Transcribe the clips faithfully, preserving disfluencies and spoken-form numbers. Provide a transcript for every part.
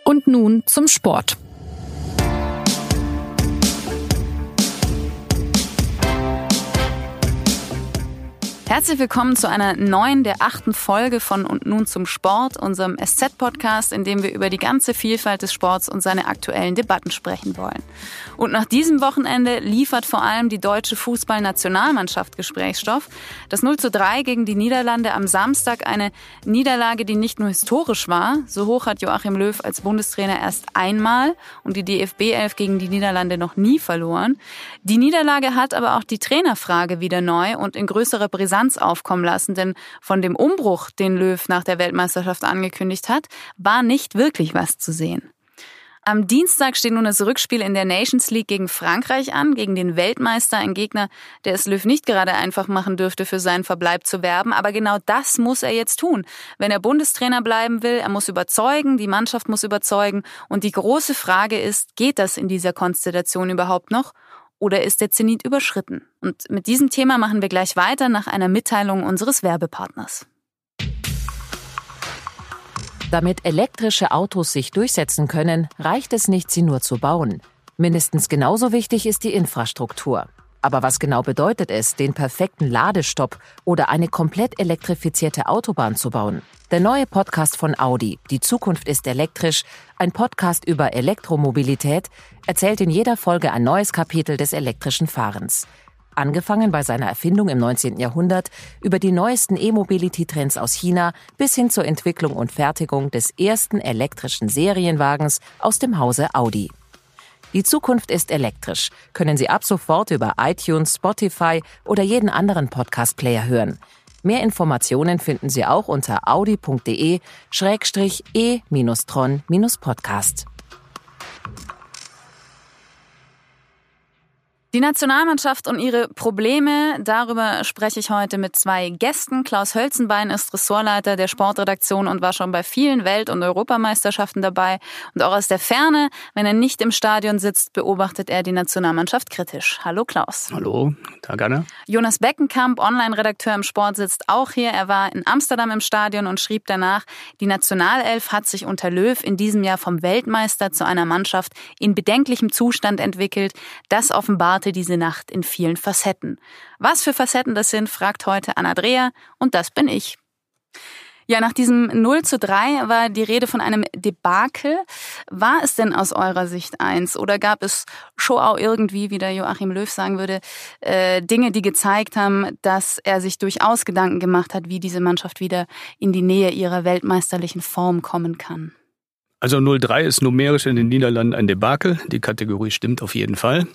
Und nun zum Sport. Herzlich willkommen zu einer neuen, der achten Folge von Und nun zum Sport, unserem S Z-Podcast, in dem wir über die ganze Vielfalt des Sports und seine aktuellen Debatten sprechen wollen. Und nach diesem Wochenende liefert vor allem die deutsche Fußballnationalmannschaft Gesprächsstoff. Das null zu drei gegen die Niederlande am Samstag, eine Niederlage, die nicht nur historisch war. So hoch hat Joachim Löw als Bundestrainer erst einmal und die D F B elf gegen die Niederlande noch nie verloren. Die Niederlage hat aber auch die Trainerfrage wieder neu und in größerer Brisanz aufkommen lassen, denn von dem Umbruch, den Löw nach der Weltmeisterschaft angekündigt hat, war nicht wirklich was zu sehen. Am Dienstag steht nun das Rückspiel in der Nations League gegen Frankreich an, gegen den Weltmeister, ein Gegner, der es Löw nicht gerade einfach machen dürfte, für seinen Verbleib zu werben. Aber genau das muss er jetzt tun. Wenn er Bundestrainer bleiben will, er muss überzeugen, die Mannschaft muss überzeugen. Und die große Frage ist, geht das in dieser Konstellation überhaupt noch? Oder ist der Zenit überschritten? Und mit diesem Thema machen wir gleich weiter nach einer Mitteilung unseres Werbepartners. Damit elektrische Autos sich durchsetzen können, reicht es nicht, sie nur zu bauen. Mindestens genauso wichtig ist die Infrastruktur. Aber was genau bedeutet es, den perfekten Ladestopp oder eine komplett elektrifizierte Autobahn zu bauen? Der neue Podcast von Audi, Die Zukunft ist elektrisch, ein Podcast über Elektromobilität, erzählt in jeder Folge ein neues Kapitel des elektrischen Fahrens. Angefangen bei seiner Erfindung im neunzehnten Jahrhundert, über die neuesten E-Mobility-Trends aus China bis hin zur Entwicklung und Fertigung des ersten elektrischen Serienwagens aus dem Hause Audi. Die Zukunft ist elektrisch, können Sie ab sofort über iTunes, Spotify oder jeden anderen Podcast-Player hören. Mehr Informationen finden Sie auch unter audi.de schrägstrich e-tron-podcast. Die Nationalmannschaft und ihre Probleme, darüber spreche ich heute mit zwei Gästen. Klaus Hölzenbein ist Ressortleiter der Sportredaktion und war schon bei vielen Welt- und Europameisterschaften dabei. Und auch aus der Ferne, wenn er nicht im Stadion sitzt, beobachtet er die Nationalmannschaft kritisch. Hallo Klaus. Hallo, Tag Anna. Jonas Beckenkamp, Online-Redakteur im Sport, sitzt auch hier. Er war in Amsterdam im Stadion und schrieb danach, die Nationalelf hat sich unter Löw in diesem Jahr vom Weltmeister zu einer Mannschaft in bedenklichem Zustand entwickelt. Das offenbart diese Nacht in vielen Facetten. Was für Facetten das sind, fragt heute Anna Dreher und das bin ich. Ja, nach diesem null zu drei war die Rede von einem Debakel. War es denn aus eurer Sicht eins oder gab es schon auch irgendwie, wie der Joachim Löw sagen würde, äh, Dinge, die gezeigt haben, dass er sich durchaus Gedanken gemacht hat, wie diese Mannschaft wieder in die Nähe ihrer weltmeisterlichen Form kommen kann? Also null drei ist numerisch in den Niederlanden ein Debakel. Die Kategorie stimmt auf jeden Fall.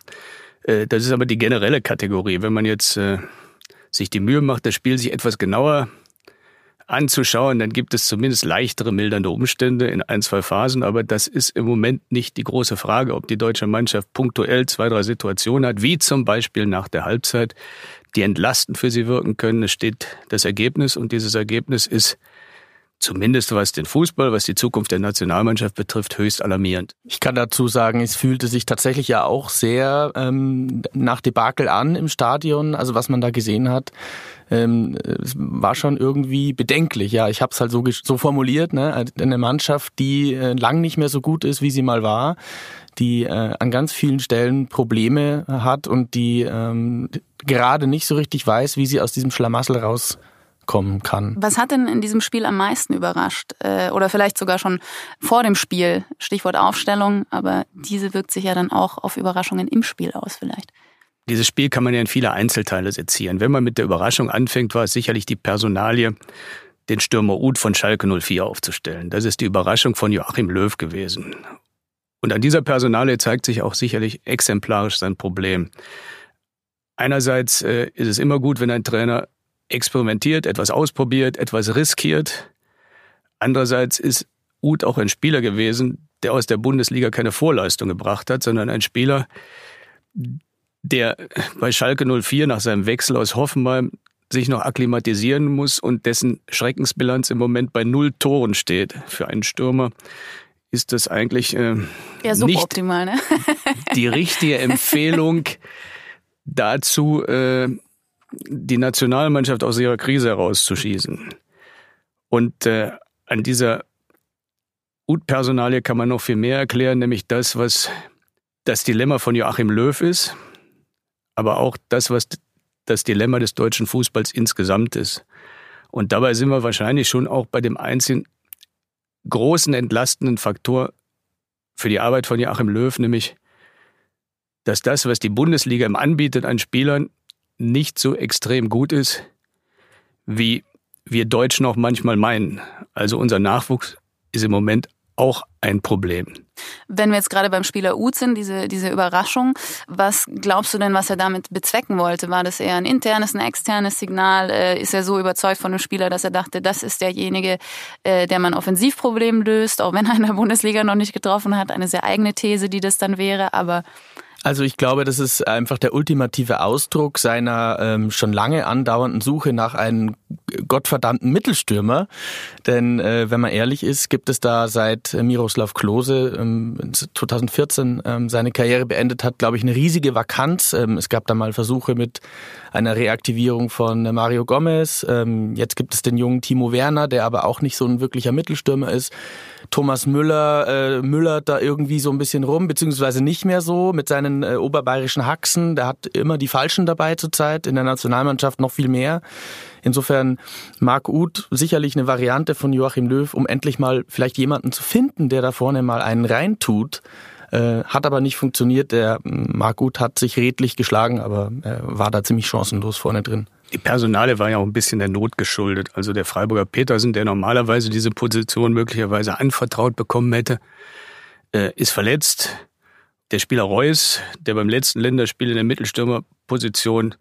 Das ist aber die generelle Kategorie. Wenn man jetzt äh, sich die Mühe macht, das Spiel sich etwas genauer anzuschauen, dann gibt es zumindest leichtere, mildernde Umstände in ein, zwei Phasen. Aber das ist im Moment nicht die große Frage, ob die deutsche Mannschaft punktuell zwei, drei Situationen hat, wie zum Beispiel nach der Halbzeit, die entlastend für sie wirken können. Es steht das Ergebnis und dieses Ergebnis ist zumindest was den Fußball, was die Zukunft der Nationalmannschaft betrifft, höchst alarmierend. Ich kann dazu sagen, es fühlte sich tatsächlich ja auch sehr ähm, nach Debakel an im Stadion, also was man da gesehen hat. Ähm, es war schon irgendwie bedenklich. Ja, ich habe es halt so, so formuliert, ne? Eine Mannschaft, die äh, lang nicht mehr so gut ist, wie sie mal war, die äh, an ganz vielen Stellen Probleme hat und die ähm, gerade nicht so richtig weiß, wie sie aus diesem Schlamassel raus kommen kann. Was hat denn in diesem Spiel am meisten überrascht? Äh, oder vielleicht sogar schon vor dem Spiel? Stichwort Aufstellung, aber diese wirkt sich ja dann auch auf Überraschungen im Spiel aus vielleicht. Dieses Spiel kann man ja in viele Einzelteile sezieren. Wenn man mit der Überraschung anfängt, war es sicherlich die Personalie, den Stürmer Uth von Schalke null vier aufzustellen. Das ist die Überraschung von Joachim Löw gewesen. Und an dieser Personalie zeigt sich auch sicherlich exemplarisch sein Problem. Einerseits äh, ist es immer gut, wenn ein Trainer experimentiert, etwas ausprobiert, etwas riskiert. Andererseits ist Uth auch ein Spieler gewesen, der aus der Bundesliga keine Vorleistung gebracht hat, sondern ein Spieler, der bei Schalke null vier nach seinem Wechsel aus Hoffenheim sich noch akklimatisieren muss und dessen Schreckensbilanz im Moment bei null Toren steht. Für einen Stürmer ist das eigentlich äh, ja, nicht optimal, ne? die richtige Empfehlung dazu, äh, die Nationalmannschaft aus ihrer Krise herauszuschießen. Und äh, an dieser U-Personalie kann man noch viel mehr erklären, nämlich das, was das Dilemma von Joachim Löw ist, aber auch das, was das Dilemma des deutschen Fußballs insgesamt ist. Und dabei sind wir wahrscheinlich schon auch bei dem einzigen großen entlastenden Faktor für die Arbeit von Joachim Löw, nämlich, dass das, was die Bundesliga ihm anbietet an Spielern, nicht so extrem gut ist, wie wir Deutschen auch manchmal meinen. Also unser Nachwuchs ist im Moment auch ein Problem. Wenn wir jetzt gerade beim Spieler Uth sind, diese, diese Überraschung, was glaubst du denn, was er damit bezwecken wollte? War das eher ein internes, ein externes Signal? Äh, ist er so überzeugt von dem Spieler, dass er dachte, das ist derjenige, äh, der mein Offensivproblem löst, auch wenn er in der Bundesliga noch nicht getroffen hat? Eine sehr eigene These, die das dann wäre, aber... Also ich glaube, das ist einfach der ultimative Ausdruck seiner ähm, schon lange andauernden Suche nach einem gottverdammten Mittelstürmer. Denn äh, wenn man ehrlich ist, gibt es da seit Miroslav Klose ähm, zwanzig vierzehn ähm, seine Karriere beendet hat, glaube ich, eine riesige Vakanz. Ähm, es gab da mal Versuche mit einer Reaktivierung von Mario Gomez. Ähm, jetzt gibt es den jungen Timo Werner, der aber auch nicht so ein wirklicher Mittelstürmer ist. Thomas Müller äh, müllert da irgendwie so ein bisschen rum, beziehungsweise nicht mehr so mit seinen äh, oberbayerischen Haxen. Der hat immer die Falschen dabei zurzeit, in der Nationalmannschaft noch viel mehr. Insofern Marc Uth sicherlich eine Variante von Joachim Löw, um endlich mal vielleicht jemanden zu finden, der da vorne mal einen reintut. Äh, hat aber nicht funktioniert. Der Marc Uth hat sich redlich geschlagen, aber er war da ziemlich chancenlos vorne drin. Die Personale war ja auch ein bisschen der Not geschuldet. Also der Freiburger Petersen, der normalerweise diese Position möglicherweise anvertraut bekommen hätte, äh, ist verletzt. Der Spieler Reus, der beim letzten Länderspiel in der Mittelstürmerposition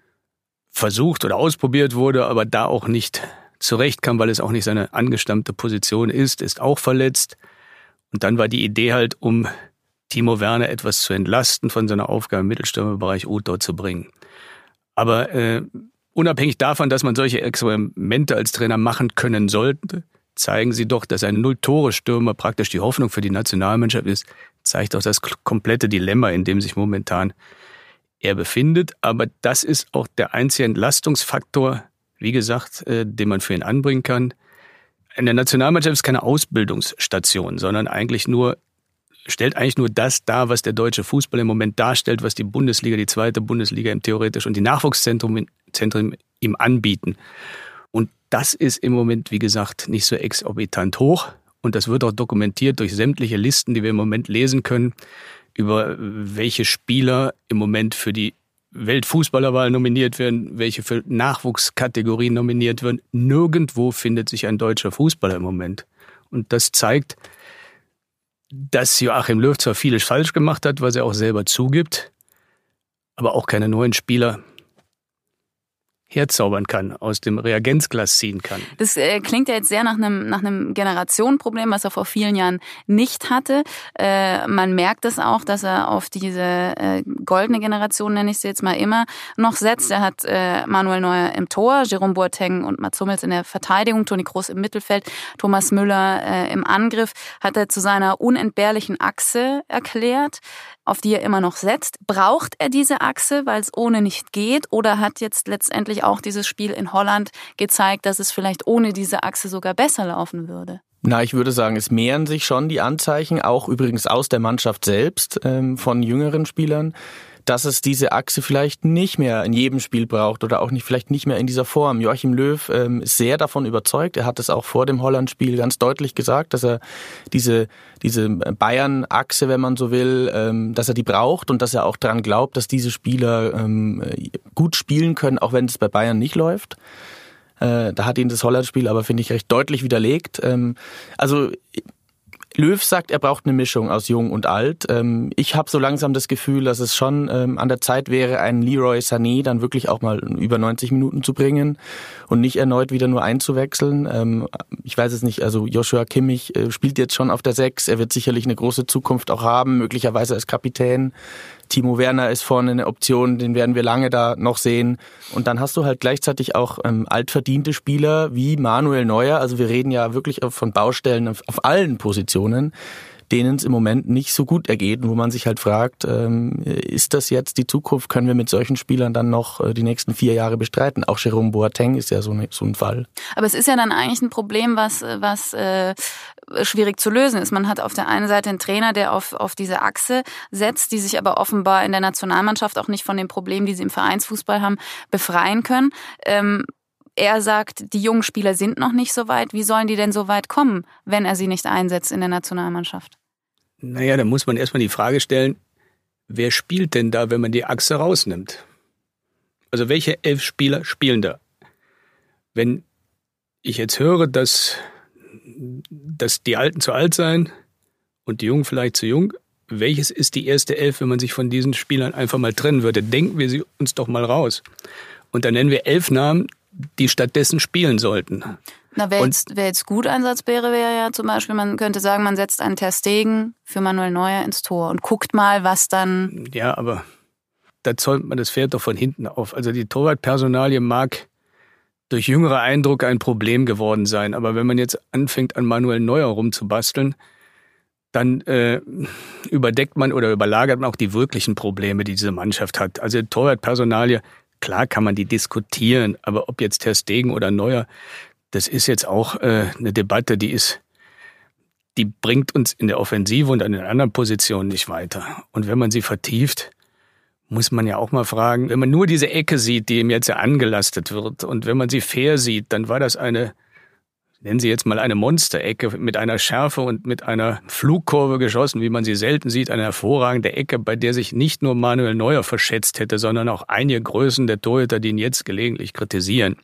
versucht oder ausprobiert wurde, aber da auch nicht zurechtkam, weil es auch nicht seine angestammte Position ist, ist auch verletzt. Und dann war die Idee halt, um Timo Werner etwas zu entlasten von seiner Aufgabe im Mittelstürmerbereich Uth dort zu bringen. Aber äh, unabhängig davon, dass man solche Experimente als Trainer machen können sollte, zeigen sie doch, dass ein Null-Tore-Stürmer praktisch die Hoffnung für die Nationalmannschaft ist, zeigt auch das komplette Dilemma, in dem sich momentan er befindet. Aber das ist auch der einzige Entlastungsfaktor, wie gesagt, äh, den man für ihn anbringen kann. Eine Nationalmannschaft ist keine Ausbildungsstation, sondern eigentlich nur, stellt eigentlich nur das dar, was der deutsche Fußball im Moment darstellt, was die Bundesliga, die zweite Bundesliga im theoretisch und die Nachwuchszentren Zentren ihm anbieten. Und das ist im Moment, wie gesagt, nicht so exorbitant hoch. Und das wird auch dokumentiert durch sämtliche Listen, die wir im Moment lesen können, über welche Spieler im Moment für die Weltfußballerwahl nominiert werden, welche für Nachwuchskategorien nominiert werden. Nirgendwo findet sich ein deutscher Fußballer im Moment. Und das zeigt, dass Joachim Löw zwar vieles falsch gemacht hat, was er auch selber zugibt, aber auch keine neuen Spieler herzaubern kann, aus dem Reagenzglas ziehen kann. Das äh, klingt ja jetzt sehr nach einem nach einem Generationenproblem, was er vor vielen Jahren nicht hatte. Äh, man merkt es auch, dass er auf diese äh, goldene Generation, nenne ich sie jetzt mal immer, noch setzt. Er hat äh, Manuel Neuer im Tor, Jerome Boateng und Mats Hummels in der Verteidigung, Toni Kroos im Mittelfeld, Thomas Müller äh, im Angriff, hat er zu seiner unentbehrlichen Achse erklärt, auf die er immer noch setzt. Braucht er diese Achse, weil es ohne nicht geht, oder hat jetzt letztendlich auch dieses Spiel in Holland gezeigt, dass es vielleicht ohne diese Achse sogar besser laufen würde? Na, ich würde sagen, es mehren sich schon die Anzeichen, auch übrigens aus der Mannschaft selbst, ähm, von jüngeren Spielern, dass es diese Achse vielleicht nicht mehr in jedem Spiel braucht oder auch nicht vielleicht nicht mehr in dieser Form. Joachim Löw ähm, ist sehr davon überzeugt. Er hat es auch vor dem Holland-Spiel ganz deutlich gesagt, dass er diese diese Bayern-Achse, wenn man so will, ähm, dass er die braucht und dass er auch daran glaubt, dass diese Spieler ähm, gut spielen können, auch wenn es bei Bayern nicht läuft. Äh, da hat ihn das Holland-Spiel aber, finde ich, recht deutlich widerlegt. Ähm, also Löw sagt, er braucht eine Mischung aus Jung und Alt. Ich habe so langsam das Gefühl, dass es schon an der Zeit wäre, einen Leroy Sané dann wirklich auch mal über neunzig Minuten zu bringen und nicht erneut wieder nur einzuwechseln. Ich weiß es nicht, also Joshua Kimmich spielt jetzt schon auf der Sechs. Er wird sicherlich eine große Zukunft auch haben, möglicherweise als Kapitän. Timo Werner ist vorne eine Option, den werden wir lange da noch sehen. Und dann hast du halt gleichzeitig auch ähm, altverdiente Spieler wie Manuel Neuer. Also wir reden ja wirklich von Baustellen auf, auf allen Positionen, denen es im Moment nicht so gut ergeht und wo man sich halt fragt, ähm, ist das jetzt die Zukunft? Können wir mit solchen Spielern dann noch äh, die nächsten vier Jahre bestreiten? Auch Jerome Boateng ist ja so, ne, so ein Fall. Aber es ist ja dann eigentlich ein Problem, was, was äh, schwierig zu lösen ist. Man hat auf der einen Seite einen Trainer, der auf, auf diese Achse setzt, die sich aber offenbar in der Nationalmannschaft auch nicht von den Problemen, die sie im Vereinsfußball haben, befreien können. Ähm, Er sagt, die jungen Spieler sind noch nicht so weit. Wie sollen die denn so weit kommen, wenn er sie nicht einsetzt in der Nationalmannschaft? Naja, da muss man erstmal die Frage stellen, wer spielt denn da, wenn man die Achse rausnimmt? Also welche elf Spieler spielen da? Wenn ich jetzt höre, dass, dass die Alten zu alt seien und die Jungen vielleicht zu jung, welches ist die erste Elf, wenn man sich von diesen Spielern einfach mal trennen würde? Denken wir sie uns doch mal raus. Und dann nennen wir elf Namen, die stattdessen spielen sollten. Na, wer jetzt, wer jetzt gut Einsatz wäre, wäre ja zum Beispiel, man könnte sagen, man setzt einen Ter Stegen für Manuel Neuer ins Tor und guckt mal, was dann... Ja, aber da zäumt man das Pferd doch von hinten auf. Also die Torwartpersonalie mag durch jüngere Eindrücke ein Problem geworden sein, aber wenn man jetzt anfängt, an Manuel Neuer rumzubasteln, dann äh, überdeckt man oder überlagert man auch die wirklichen Probleme, die diese Mannschaft hat. Also die Torwartpersonalie, klar kann man die diskutieren, aber ob jetzt Ter Stegen oder Neuer, das ist jetzt auch äh, eine Debatte, die ist, die bringt uns in der Offensive und an den anderen Positionen nicht weiter. Und wenn man sie vertieft, muss man ja auch mal fragen, wenn man nur diese Ecke sieht, die ihm jetzt ja angelastet wird, und wenn man sie fair sieht, dann war das eine, nennen Sie jetzt mal eine Monsterecke mit einer Schärfe und mit einer Flugkurve geschossen, wie man sie selten sieht. Eine hervorragende Ecke, bei der sich nicht nur Manuel Neuer verschätzt hätte, sondern auch einige Größen der Torhüter, die ihn jetzt gelegentlich kritisieren.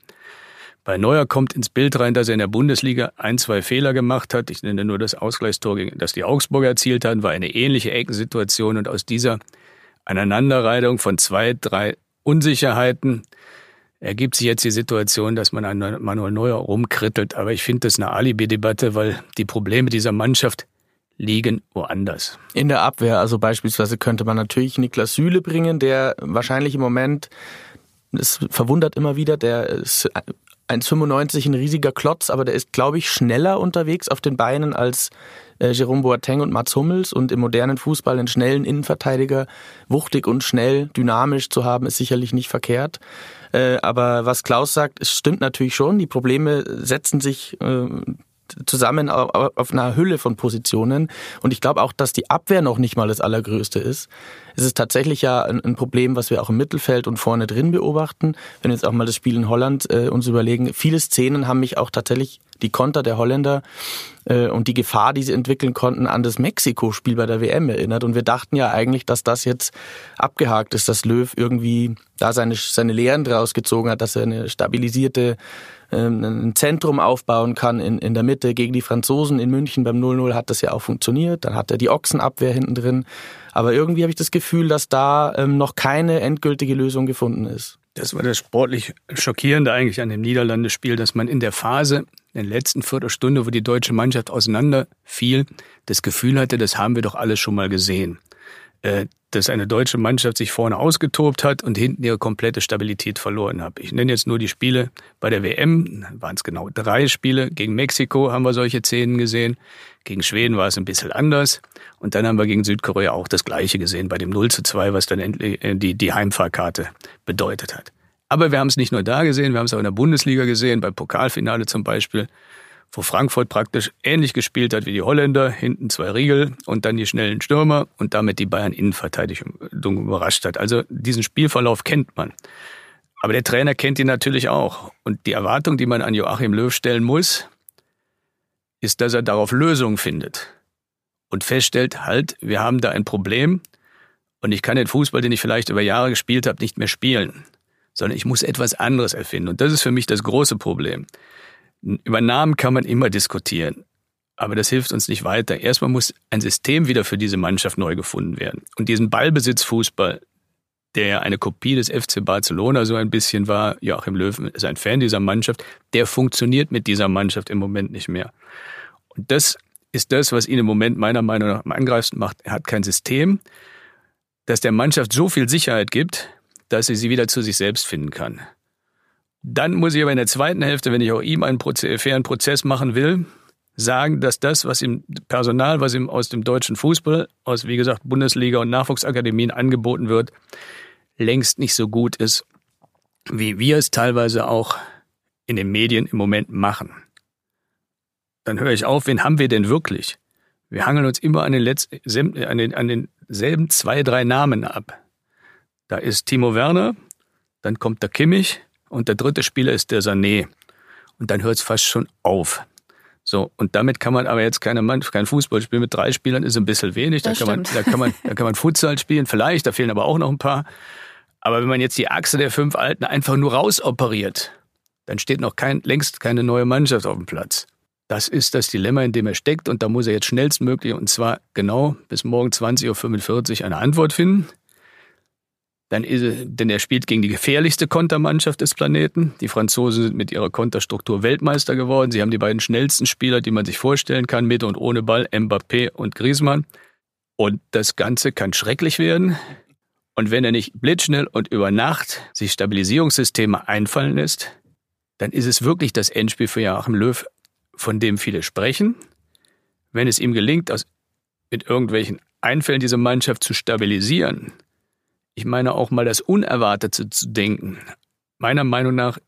Bei Neuer kommt ins Bild rein, dass er in der Bundesliga ein, zwei Fehler gemacht hat. Ich nenne nur das Ausgleichstor, das die Augsburger erzielt hatten, war eine ähnliche Eckensituation. Und aus dieser Aneinanderreihung von zwei, drei Unsicherheiten ergibt sich jetzt die Situation, dass man an Manuel Neuer rumkrittelt. Aber ich finde das eine Alibi-Debatte, weil die Probleme dieser Mannschaft liegen woanders. In der Abwehr, also beispielsweise könnte man natürlich Niklas Süle bringen, der wahrscheinlich im Moment, das verwundert immer wieder, der ist eins Komma fünfundneunzig, ein riesiger Klotz, aber der ist, glaube ich, schneller unterwegs auf den Beinen als äh, Jerome Boateng und Mats Hummels. Und im modernen Fußball einen schnellen Innenverteidiger, wuchtig und schnell, dynamisch zu haben, ist sicherlich nicht verkehrt. Äh, aber was Klaus sagt, es stimmt natürlich schon. Die Probleme setzen sich äh, zusammen auf, auf einer Hülle von Positionen. Und ich glaube auch, dass die Abwehr noch nicht mal das Allergrößte ist. Es ist tatsächlich ja ein, ein Problem, was wir auch im Mittelfeld und vorne drin beobachten. Wenn wir jetzt auch mal das Spiel in Holland äh, uns überlegen, viele Szenen haben mich auch tatsächlich die Konter der Holländer äh, und die Gefahr, die sie entwickeln konnten, an das Mexiko-Spiel bei der W M erinnert. Und wir dachten ja eigentlich, dass das jetzt abgehakt ist, dass Löw irgendwie da seine, seine Lehren draus gezogen hat, dass er eine stabilisierte ähm, ein Zentrum aufbauen kann in, in der Mitte gegen die Franzosen in München. Beim null null hat das ja auch funktioniert. Dann hat er die Ochsenabwehr hinten drin. Aber irgendwie habe ich das Gefühl, dass da ähm, noch keine endgültige Lösung gefunden ist. Das war das sportlich Schockierende eigentlich an dem Niederlande-Spiel, dass man in der Phase, in der letzten Viertelstunde, wo die deutsche Mannschaft auseinanderfiel, das Gefühl hatte, das haben wir doch alles schon mal gesehen. Äh, dass eine deutsche Mannschaft sich vorne ausgetobt hat und hinten ihre komplette Stabilität verloren hat. Ich nenne jetzt nur die Spiele bei der W M, waren es genau drei Spiele. Gegen Mexiko haben wir solche Szenen gesehen, gegen Schweden war es ein bisschen anders und dann haben wir gegen Südkorea auch das Gleiche gesehen, bei dem null zu zwei, was dann endlich die, die Heimfahrkarte bedeutet hat. Aber wir haben es nicht nur da gesehen, wir haben es auch in der Bundesliga gesehen, beim Pokalfinale zum Beispiel, wo Frankfurt praktisch ähnlich gespielt hat wie die Holländer, hinten zwei Riegel und dann die schnellen Stürmer und damit die Bayern-Innenverteidigung überrascht hat. Also diesen Spielverlauf kennt man. Aber der Trainer kennt ihn natürlich auch. Und die Erwartung, die man an Joachim Löw stellen muss, ist, dass er darauf Lösungen findet und feststellt, halt, wir haben da ein Problem und ich kann den Fußball, den ich vielleicht über Jahre gespielt habe, nicht mehr spielen, sondern ich muss etwas anderes erfinden. Und das ist für mich das große Problem. Über Namen kann man immer diskutieren, aber das hilft uns nicht weiter. Erstmal muss ein System wieder für diese Mannschaft neu gefunden werden. Und diesen Ballbesitzfußball, der ja eine Kopie des F C Barcelona so ein bisschen war, Joachim Löw ist ein Fan dieser Mannschaft, der funktioniert mit dieser Mannschaft im Moment nicht mehr. Und das ist das, was ihn im Moment meiner Meinung nach am angreifendsten macht. Er hat kein System, das der Mannschaft so viel Sicherheit gibt, dass sie sie wieder zu sich selbst finden kann. Dann muss ich aber in der zweiten Hälfte, wenn ich auch ihm einen Proze- fairen Prozess machen will, sagen, dass das, was im Personal, was ihm aus dem deutschen Fußball, aus, wie gesagt, Bundesliga und Nachwuchsakademien angeboten wird, längst nicht so gut ist, wie wir es teilweise auch in den Medien im Moment machen. Dann höre ich auf, wen haben wir denn wirklich? Wir hangeln uns immer an den, letzten, an den, an denselben zwei, drei Namen ab. Da ist Timo Werner, dann kommt der Kimmich und der dritte Spieler ist der Sané. Und dann hört es fast schon auf. So, und damit kann man aber jetzt keine Mann, kein Fußball spielen. Mit drei Spielern ist ein bisschen wenig. Da kann, man, da, kann man, da kann man Futsal spielen, vielleicht, da fehlen aber auch noch ein paar. Aber wenn man jetzt die Achse der fünf Alten einfach nur rausoperiert, dann steht noch kein, längst keine neue Mannschaft auf dem Platz. Das ist das Dilemma, in dem er steckt. Und da muss er jetzt schnellstmöglich, und zwar genau bis morgen zwanzig Uhr fünfundvierzig, eine Antwort finden. Dann ist er, denn er spielt gegen die gefährlichste Kontermannschaft des Planeten. Die Franzosen sind mit ihrer Konterstruktur Weltmeister geworden. Sie haben die beiden schnellsten Spieler, die man sich vorstellen kann, mit und ohne Ball, Mbappé und Griezmann. Und das Ganze kann schrecklich werden. Und wenn er nicht blitzschnell und über Nacht sich Stabilisierungssysteme einfallen lässt, dann ist es wirklich das Endspiel für Joachim Löw, von dem viele sprechen. Wenn es ihm gelingt, aus, mit irgendwelchen Einfällen diese Mannschaft zu stabilisieren, ich meine auch mal das Unerwartete zu denken. Meiner Meinung nach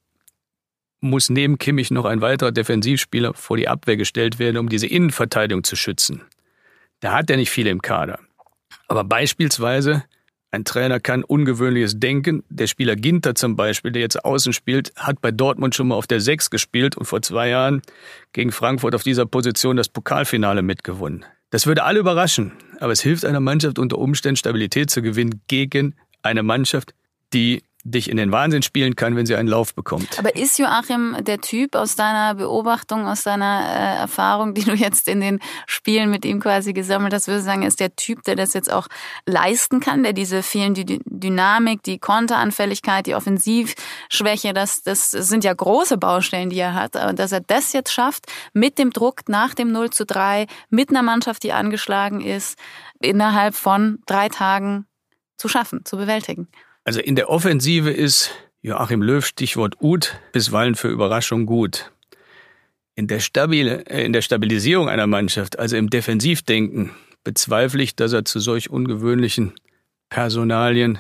muss neben Kimmich noch ein weiterer Defensivspieler vor die Abwehr gestellt werden, um diese Innenverteidigung zu schützen. Da hat er nicht viele im Kader. Aber beispielsweise, ein Trainer kann ungewöhnliches denken. Der Spieler Ginter zum Beispiel, der jetzt außen spielt, hat bei Dortmund schon mal auf der sechs gespielt und vor zwei Jahren gegen Frankfurt auf dieser Position das Pokalfinale mitgewonnen. Das würde alle überraschen, aber es hilft einer Mannschaft unter Umständen Stabilität zu gewinnen gegen eine Mannschaft, die dich in den Wahnsinn spielen kann, wenn sie einen Lauf bekommt. Aber ist Joachim der Typ aus deiner Beobachtung, aus deiner äh, Erfahrung, die du jetzt in den Spielen mit ihm quasi gesammelt hast, würde ich sagen, ist der Typ, der das jetzt auch leisten kann, der diese fehlende D- Dynamik, die Konteranfälligkeit, die Offensivschwäche, das, das sind ja große Baustellen, die er hat, aber dass er das jetzt schafft, mit dem Druck nach dem null zu drei, mit einer Mannschaft, die angeschlagen ist, innerhalb von drei Tagen zu schaffen, zu bewältigen. Also in der Offensive ist Joachim Löw, Stichwort Uth, bisweilen für Überraschung gut. In der, Stabile, äh, in der Stabilisierung einer Mannschaft, also im Defensivdenken, bezweifle ich, dass er zu solch ungewöhnlichen Personalien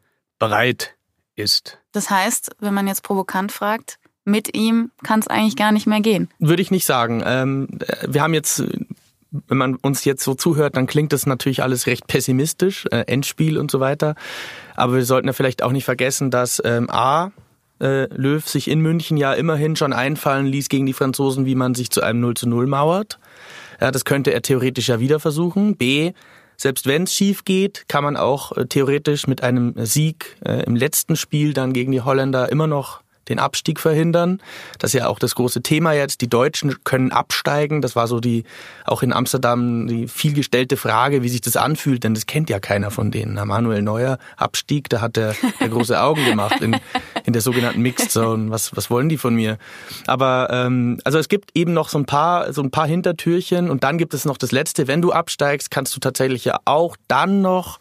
bereit ist. Das heißt, wenn man jetzt provokant fragt, mit ihm kann es eigentlich gar nicht mehr gehen. Würde ich nicht sagen. Ähm, wir haben jetzt... Wenn man uns jetzt so zuhört, dann klingt das natürlich alles recht pessimistisch, äh, Endspiel und so weiter. Aber wir sollten ja vielleicht auch nicht vergessen, dass ähm, A, äh, Löw sich in München ja immerhin schon einfallen ließ gegen die Franzosen, wie man sich zu einem null zu null mauert. Ja, das könnte er theoretisch ja wieder versuchen. B, selbst wenn es schief geht, kann man auch äh, theoretisch mit einem Sieg äh, im letzten Spiel dann gegen die Holländer immer noch den Abstieg verhindern. Das ist ja auch das große Thema jetzt. Die Deutschen können absteigen. Das war so die, auch in Amsterdam, die vielgestellte Frage, wie sich das anfühlt, denn das kennt ja keiner von denen. Manuel Neuer, Abstieg, da hat der, der große Augen gemacht in, in der sogenannten Mixed Zone. Was, was wollen die von mir? Aber, ähm, also es gibt eben noch so ein paar, so ein paar Hintertürchen und dann gibt es noch das Letzte. Wenn du absteigst, kannst du tatsächlich ja auch dann noch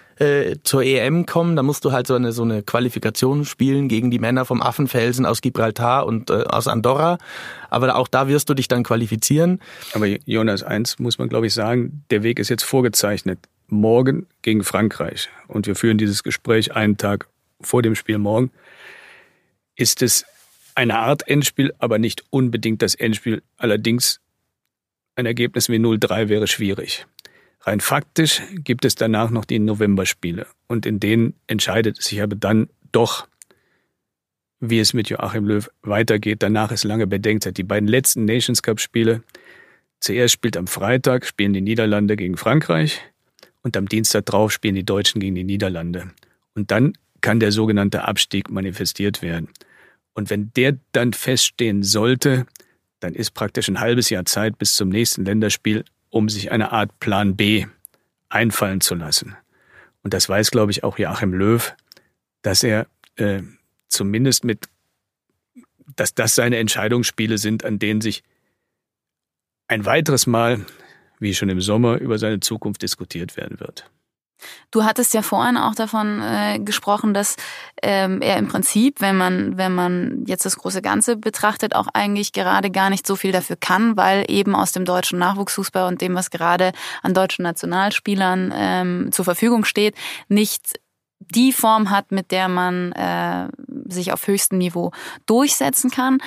zur E M kommen, da musst du halt so eine so eine Qualifikation spielen gegen die Männer vom Affenfelsen aus Gibraltar und äh, aus Andorra, aber auch da wirst du dich dann qualifizieren. Aber Jonas, eins muss man glaube ich sagen, der Weg ist jetzt vorgezeichnet. Morgen gegen Frankreich und wir führen dieses Gespräch einen Tag vor dem Spiel morgen. Ist es eine Art Endspiel, aber nicht unbedingt das Endspiel. Allerdings ein Ergebnis wie null drei wäre schwierig. Rein faktisch gibt es danach noch die Novemberspiele und in denen entscheidet es sich aber dann doch, wie es mit Joachim Löw weitergeht. Danach ist lange Bedenkzeit. Die beiden letzten Nations Cup Spiele, zuerst spielt am Freitag, spielen die Niederlande gegen Frankreich und am Dienstag drauf spielen die Deutschen gegen die Niederlande. Und dann kann der sogenannte Abstieg manifestiert werden. Und wenn der dann feststehen sollte, dann ist praktisch ein halbes Jahr Zeit bis zum nächsten Länderspiel, um sich eine Art Plan B einfallen zu lassen. Und das weiß, glaube ich, auch Joachim Löw, dass er äh, zumindest mit, dass das seine Entscheidungsspiele sind, an denen sich ein weiteres Mal, wie schon im Sommer, über seine Zukunft diskutiert werden wird. Du hattest ja vorhin auch davon äh, gesprochen, dass ähm, er im Prinzip, wenn man wenn man jetzt das große Ganze betrachtet, auch eigentlich gerade gar nicht so viel dafür kann, weil eben aus dem deutschen Nachwuchsfußball und dem, was gerade an deutschen Nationalspielern ähm, zur Verfügung steht, nicht die Form hat, mit der man äh, sich auf höchstem Niveau durchsetzen kann.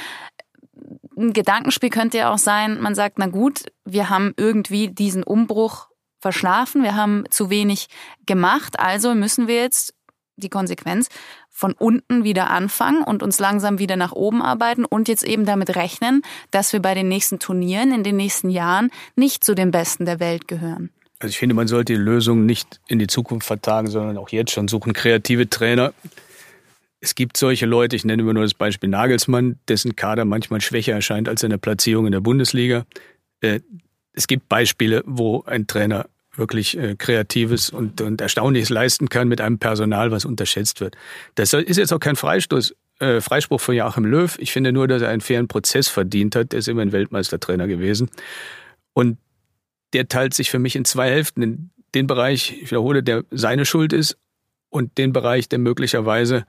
Ein Gedankenspiel könnte ja auch sein, man sagt, na gut, wir haben irgendwie diesen Umbruch verschlafen, wir haben zu wenig gemacht, also müssen wir jetzt die Konsequenz von unten wieder anfangen und uns langsam wieder nach oben arbeiten und jetzt eben damit rechnen, dass wir bei den nächsten Turnieren in den nächsten Jahren nicht zu den Besten der Welt gehören. Also ich finde, man sollte die Lösung nicht in die Zukunft vertagen, sondern auch jetzt schon suchen. Kreative Trainer. Es gibt solche Leute, ich nenne immer nur das Beispiel Nagelsmann, dessen Kader manchmal schwächer erscheint als seine Platzierung in der Bundesliga. Es gibt Beispiele, wo ein Trainer wirklich Kreatives und, und Erstaunliches leisten kann mit einem Personal, was unterschätzt wird. Das ist jetzt auch kein Freistoß, äh, Freispruch von Joachim Löw. Ich finde nur, dass er einen fairen Prozess verdient hat. Der ist immerhin Weltmeistertrainer gewesen. Und der teilt sich für mich in zwei Hälften. In den Bereich, ich wiederhole, der seine Schuld ist und den Bereich, der möglicherweise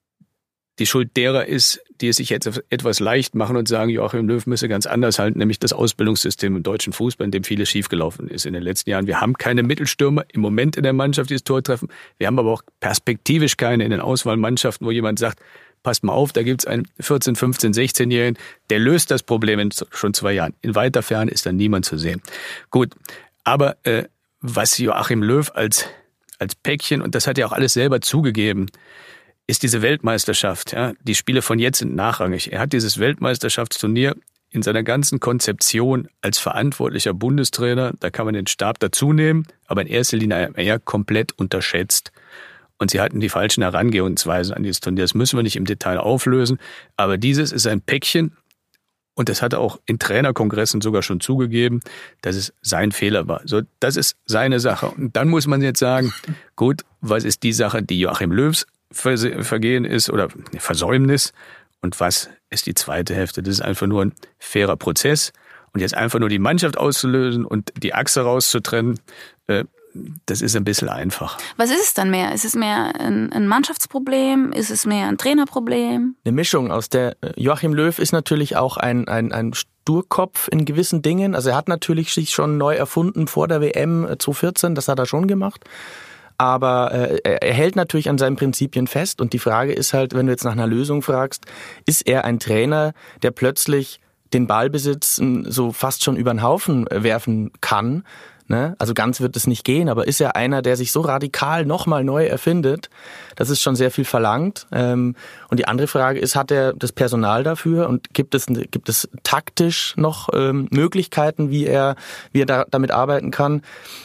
die Schuld derer ist, die es sich jetzt etwas leicht machen und sagen, Joachim Löw müsse ganz anders halten, nämlich das Ausbildungssystem im deutschen Fußball, in dem vieles schiefgelaufen ist in den letzten Jahren. Wir haben keine Mittelstürmer im Moment in der Mannschaft, die das Tor treffen. Wir haben aber auch perspektivisch keine in den Auswahlmannschaften, wo jemand sagt, passt mal auf, da gibt's einen vierzehn-, fünfzehn-, sechzehn-Jährigen, der löst das Problem in schon zwei Jahren. In weiter Ferne ist da niemand zu sehen. Gut, aber äh, was Joachim Löw als, als Päckchen, und das hat er auch alles selber zugegeben, ist diese Weltmeisterschaft. Ja, die Spiele von jetzt sind nachrangig. Er hat dieses Weltmeisterschaftsturnier in seiner ganzen Konzeption als verantwortlicher Bundestrainer, da kann man den Stab dazu nehmen, aber in erster Linie eher komplett unterschätzt. Und sie hatten die falschen Herangehensweisen an dieses Turnier. Das müssen wir nicht im Detail auflösen. Aber dieses ist ein Päckchen. Und das hat er auch in Trainerkongressen sogar schon zugegeben, dass es sein Fehler war. So, das ist seine Sache. Und dann muss man jetzt sagen, gut, was ist die Sache, die Joachim Löws Vergehen ist oder Versäumnis? Und was ist die zweite Hälfte? Das ist einfach nur ein fairer Prozess. Und jetzt einfach nur die Mannschaft auszulösen und die Achse rauszutrennen, äh, das ist ein bisschen einfach. Was ist es dann mehr? Ist es mehr ein, ein Mannschaftsproblem? Ist es mehr ein Trainerproblem? Eine Mischung aus der, Joachim Löw ist natürlich auch ein, ein, ein Sturkopf in gewissen Dingen. Also er hat natürlich sich schon neu erfunden vor der W M zwanzig vierzehn, das hat er schon gemacht. Aber äh, er hält natürlich an seinen Prinzipien fest. Und die Frage ist halt, wenn du jetzt nach einer Lösung fragst, ist er ein Trainer, der plötzlich den Ballbesitz so fast schon über den Haufen werfen kann? Ne? Also ganz wird es nicht gehen, aber ist er einer, der sich so radikal nochmal neu erfindet? Das ist schon sehr viel verlangt. Und die andere Frage ist, hat er das Personal dafür und gibt es gibt es taktisch noch Möglichkeiten, wie er wie er da, damit arbeiten kann?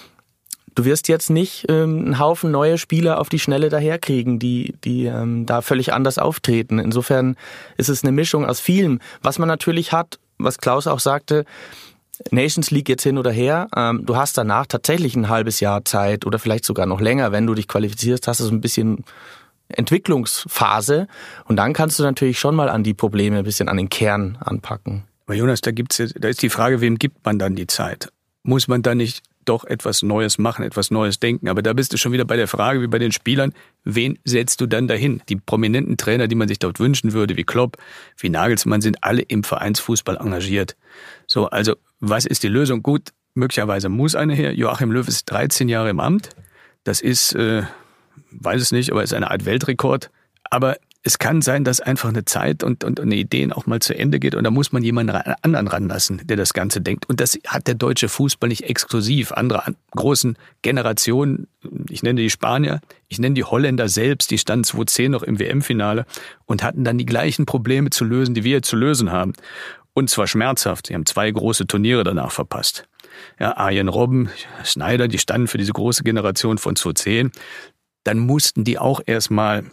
Du wirst jetzt nicht ähm, einen Haufen neue Spieler auf die Schnelle daherkriegen, die die ähm, da völlig anders auftreten. Insofern ist es eine Mischung aus vielem. Was man natürlich hat, was Klaus auch sagte, Nations League jetzt hin oder her, ähm, du hast danach tatsächlich ein halbes Jahr Zeit oder vielleicht sogar noch länger, wenn du dich qualifizierst, hast du so ein bisschen Entwicklungsphase und dann kannst du natürlich schon mal an die Probleme ein bisschen an den Kern anpacken. Aber Jonas, da gibt's jetzt, da ist die Frage, wem gibt man dann die Zeit? Muss man da nicht doch etwas Neues machen, etwas Neues denken? Aber da bist du schon wieder bei der Frage, wie bei den Spielern, wen setzt du dann dahin? Die prominenten Trainer, die man sich dort wünschen würde, wie Klopp, wie Nagelsmann, sind alle im Vereinsfußball engagiert. So, also was ist die Lösung? Gut, möglicherweise muss eine her. Joachim Löw ist dreizehn Jahre im Amt. Das ist, äh, weiß es nicht, aber ist eine Art Weltrekord. Aber es kann sein, dass einfach eine Zeit und, und eine Idee auch mal zu Ende geht und da muss man jemanden anderen ranlassen, der das Ganze denkt. Und das hat der deutsche Fußball nicht exklusiv. Andere an, großen Generationen, ich nenne die Spanier, ich nenne die Holländer selbst, die standen zweitausendzehn noch im W M-Finale und hatten dann die gleichen Probleme zu lösen, die wir zu lösen haben. Und zwar schmerzhaft. Sie haben zwei große Turniere danach verpasst. Ja, Arjen Robben, Sneijder, die standen für diese große Generation von zweitausendzehn. Dann mussten die auch erstmal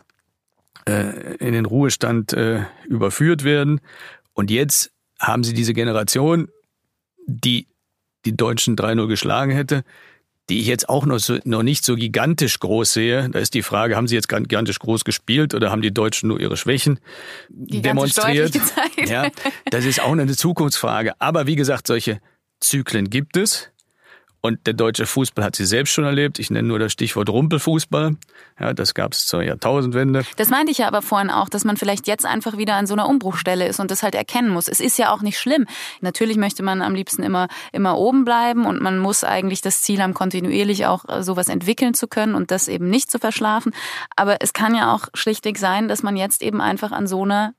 in den Ruhestand äh, überführt werden. Und jetzt haben sie diese Generation, die die Deutschen drei null geschlagen hätte, die ich jetzt auch noch, so, noch nicht so gigantisch groß sehe. Da ist die Frage, haben sie jetzt gigantisch groß gespielt oder haben die Deutschen nur ihre Schwächen demonstriert? Ja, das ist auch eine Zukunftsfrage. Aber wie gesagt, solche Zyklen gibt es. Und der deutsche Fußball hat sie selbst schon erlebt. Ich nenne nur das Stichwort Rumpelfußball. Ja, das gab es zur Jahrtausendwende. Das meinte ich ja aber vorhin auch, dass man vielleicht jetzt einfach wieder an so einer Umbruchstelle ist und das halt erkennen muss. Es ist ja auch nicht schlimm. Natürlich möchte man am liebsten immer, immer oben bleiben und man muss eigentlich das Ziel haben, kontinuierlich auch sowas entwickeln zu können und das eben nicht zu verschlafen. Aber es kann ja auch schlichtweg sein, dass man jetzt eben einfach an so einer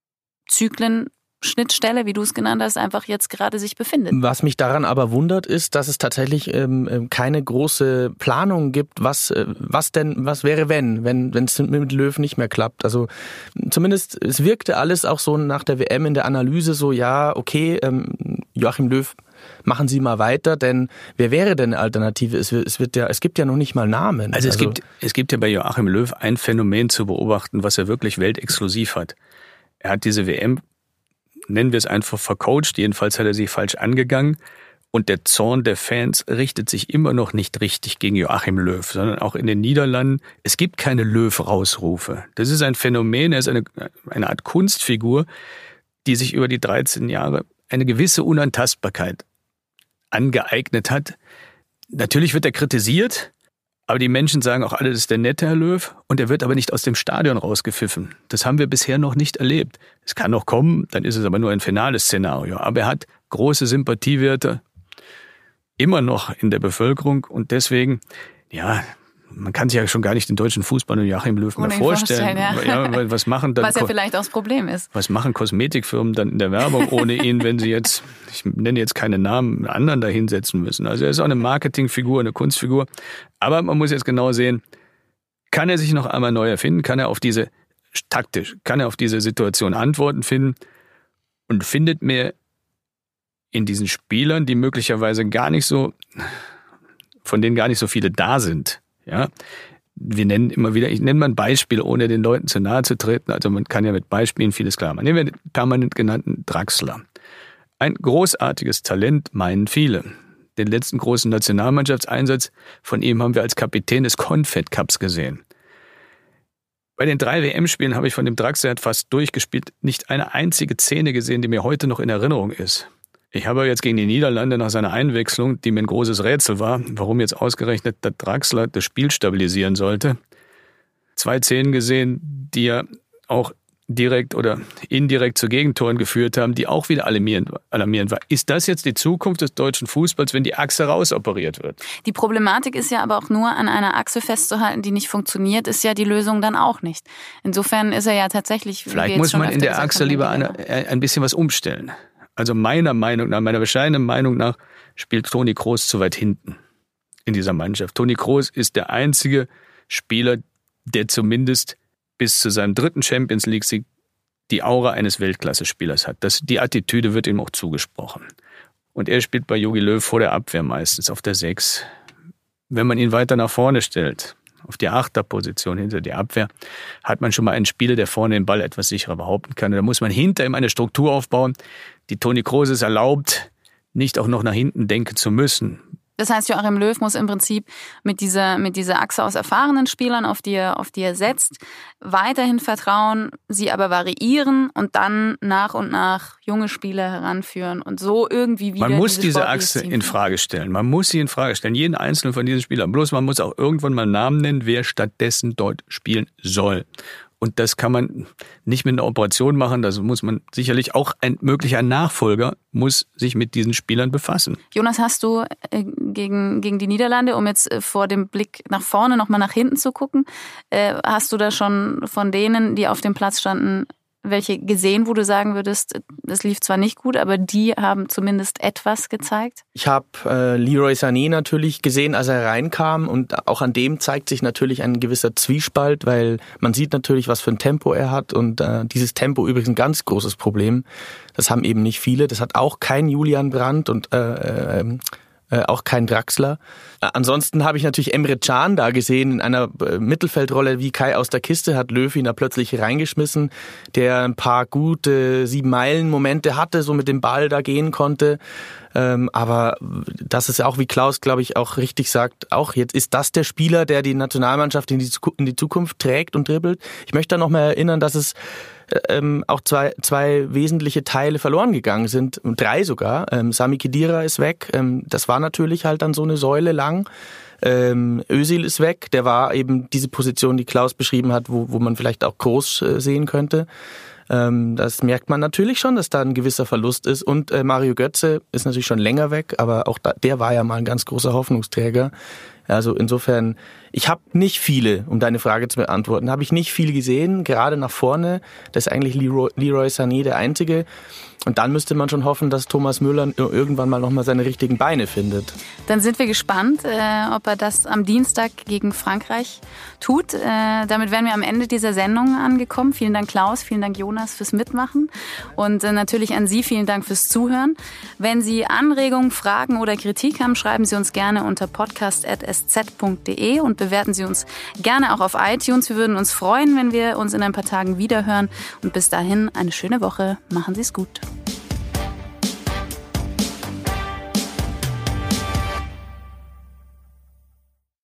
Zyklen Schnittstelle, wie du es genannt hast, einfach jetzt gerade sich befindet. Was mich daran aber wundert, ist, dass es tatsächlich ähm, keine große Planung gibt, was äh, was denn, was wäre, wenn, wenn wenn es mit Löw nicht mehr klappt. Also zumindest, es wirkte alles auch so nach der W M in der Analyse so, ja, okay, ähm, Joachim Löw, machen Sie mal weiter, denn wer wäre denn eine Alternative? Es wird, es wird ja, es gibt ja noch nicht mal Namen. Also es also, gibt es gibt ja bei Joachim Löw ein Phänomen zu beobachten, was er wirklich weltexklusiv hat. Er hat diese W M, nennen wir es einfach, vercoacht, jedenfalls hat er sie falsch angegangen und der Zorn der Fans richtet sich immer noch nicht richtig gegen Joachim Löw, sondern auch in den Niederlanden, es gibt keine Löw-Rausrufe. Das ist ein Phänomen, er ist eine, eine Art Kunstfigur, die sich über die dreizehn Jahre eine gewisse Unantastbarkeit angeeignet hat. Natürlich wird er kritisiert, aber die Menschen sagen auch alle, das ist der nette Herr Löw und er wird aber nicht aus dem Stadion rausgepfiffen. Das haben wir bisher noch nicht erlebt. Es kann noch kommen, dann ist es aber nur ein finales Szenario. Aber er hat große Sympathiewerte immer noch in der Bevölkerung und deswegen, ja, man kann sich ja schon gar nicht den deutschen Fußball und Joachim Löw mehr vorstellen. vorstellen ja. Ja, was machen dann was ja vielleicht auch das Problem ist. Was machen Kosmetikfirmen dann in der Werbung ohne ihn, wenn sie jetzt, ich nenne jetzt keine Namen, einen anderen da hinsetzen müssen. Also er ist auch eine Marketingfigur, eine Kunstfigur. Aber man muss jetzt genau sehen, kann er sich noch einmal neu erfinden? Kann er auf diese, taktisch, kann er auf diese Situation Antworten finden? Und findet mir in diesen Spielern, die möglicherweise gar nicht so, von denen gar nicht so viele da sind, ja, wir nennen immer wieder, ich nenne mal ein Beispiel, ohne den Leuten zu nahe zu treten. Also man kann ja mit Beispielen vieles klar machen. Nehmen wir den permanent genannten Draxler. Ein großartiges Talent, meinen viele. Den letzten großen Nationalmannschaftseinsatz von ihm haben wir als Kapitän des Confed Cups gesehen. Bei den drei W M-Spielen habe ich von dem Draxler, der hat fast durchgespielt, nicht eine einzige Szene gesehen, die mir heute noch in Erinnerung ist. Ich habe jetzt gegen die Niederlande nach seiner Einwechslung, die mir ein großes Rätsel war, warum jetzt ausgerechnet der Draxler das Spiel stabilisieren sollte, zwei Szenen gesehen, die ja auch direkt oder indirekt zu Gegentoren geführt haben, die auch wieder alarmierend, alarmierend waren. Ist das jetzt die Zukunft des deutschen Fußballs, wenn die Achse rausoperiert wird? Die Problematik ist ja aber auch nur, an einer Achse festzuhalten, die nicht funktioniert, ist ja die Lösung dann auch nicht. Insofern ist er ja tatsächlich... Vielleicht muss man in der Achse lieber eine, ein bisschen was umstellen. Also meiner Meinung nach, meiner bescheidenen Meinung nach, spielt Toni Kroos zu weit hinten in dieser Mannschaft. Toni Kroos ist der einzige Spieler, der zumindest bis zu seinem dritten Champions League-Sieg die Aura eines Weltklasse-Spielers hat. Das, die Attitüde wird ihm auch zugesprochen. Und er spielt bei Jogi Löw vor der Abwehr meistens auf der Sechs. Wenn man ihn weiter nach vorne stellt, auf die Achterposition hinter die Abwehr, hat man schon mal einen Spieler, der vorne den Ball etwas sicherer behaupten kann. Und da muss man hinter ihm eine Struktur aufbauen, die Toni Kroos es erlaubt, nicht auch noch nach hinten denken zu müssen. Das heißt, Joachim Löw muss im Prinzip mit dieser, mit dieser Achse aus erfahrenen Spielern, auf die er, auf die er setzt, weiterhin vertrauen, sie aber variieren und dann nach und nach junge Spieler heranführen und so irgendwie wieder. Man muss diese Achse in Frage stellen. Man muss sie in Frage stellen. Jeden einzelnen von diesen Spielern. Bloß man muss auch irgendwann mal einen Namen nennen, wer stattdessen dort spielen soll. Und das kann man nicht mit einer Operation machen. Das muss man sicherlich auch, ein möglicher Nachfolger muss sich mit diesen Spielern befassen. Jonas, hast du äh, gegen, gegen die Niederlande, um jetzt äh, vor dem Blick nach vorne nochmal nach hinten zu gucken, äh, hast du da schon von denen, die auf dem Platz standen, welche gesehen, wo du sagen würdest, es lief zwar nicht gut, aber die haben zumindest etwas gezeigt? Ich habe äh, Leroy Sané natürlich gesehen, als er reinkam, und auch an dem zeigt sich natürlich ein gewisser Zwiespalt, weil man sieht natürlich, was für ein Tempo er hat, und äh, dieses Tempo übrigens ein ganz großes Problem. Das haben eben nicht viele. Das hat auch kein Julian Brandt und äh, äh, Äh, auch kein Draxler. Äh, ansonsten habe ich natürlich Emre Can da gesehen in einer äh, Mittelfeldrolle wie Kai aus der Kiste, hat Löw ihn da plötzlich reingeschmissen, der ein paar gute Sieben-Meilen-Momente hatte, so mit dem Ball da gehen konnte. Ähm, aber das ist ja auch, wie Klaus, glaube ich, auch richtig sagt, auch jetzt ist das der Spieler, der die Nationalmannschaft in die, in die Zukunft trägt und dribbelt. Ich möchte da noch mal erinnern, dass es ähm, auch zwei, zwei wesentliche Teile verloren gegangen sind, drei sogar. Ähm, Sami Khedira ist weg, ähm, das war natürlich halt dann so eine Säule lang. Ähm, Özil ist weg, der war eben diese Position, die Klaus beschrieben hat, wo, wo man vielleicht auch groß äh, sehen könnte. Ähm, das merkt man natürlich schon, dass da ein gewisser Verlust ist. Und äh, Mario Götze ist natürlich schon länger weg, aber auch da, der war ja mal ein ganz großer Hoffnungsträger. Also insofern, ich habe nicht viele, um deine Frage zu beantworten, habe ich nicht viel gesehen, gerade nach vorne. Das ist eigentlich Leroy, Leroy Sané der Einzige. Und dann müsste man schon hoffen, dass Thomas Müller irgendwann mal nochmal seine richtigen Beine findet. Dann sind wir gespannt, äh, ob er das am Dienstag gegen Frankreich tut. Äh, damit wären wir am Ende dieser Sendung angekommen. Vielen Dank Klaus, vielen Dank Jonas fürs Mitmachen und äh, natürlich an Sie vielen Dank fürs Zuhören. Wenn Sie Anregungen, Fragen oder Kritik haben, schreiben Sie uns gerne unter podcast at s z punkt d e und bewerten Sie uns gerne auch auf iTunes. Wir würden uns freuen, wenn wir uns in ein paar Tagen wiederhören. Und bis dahin eine schöne Woche. Machen Sie es gut.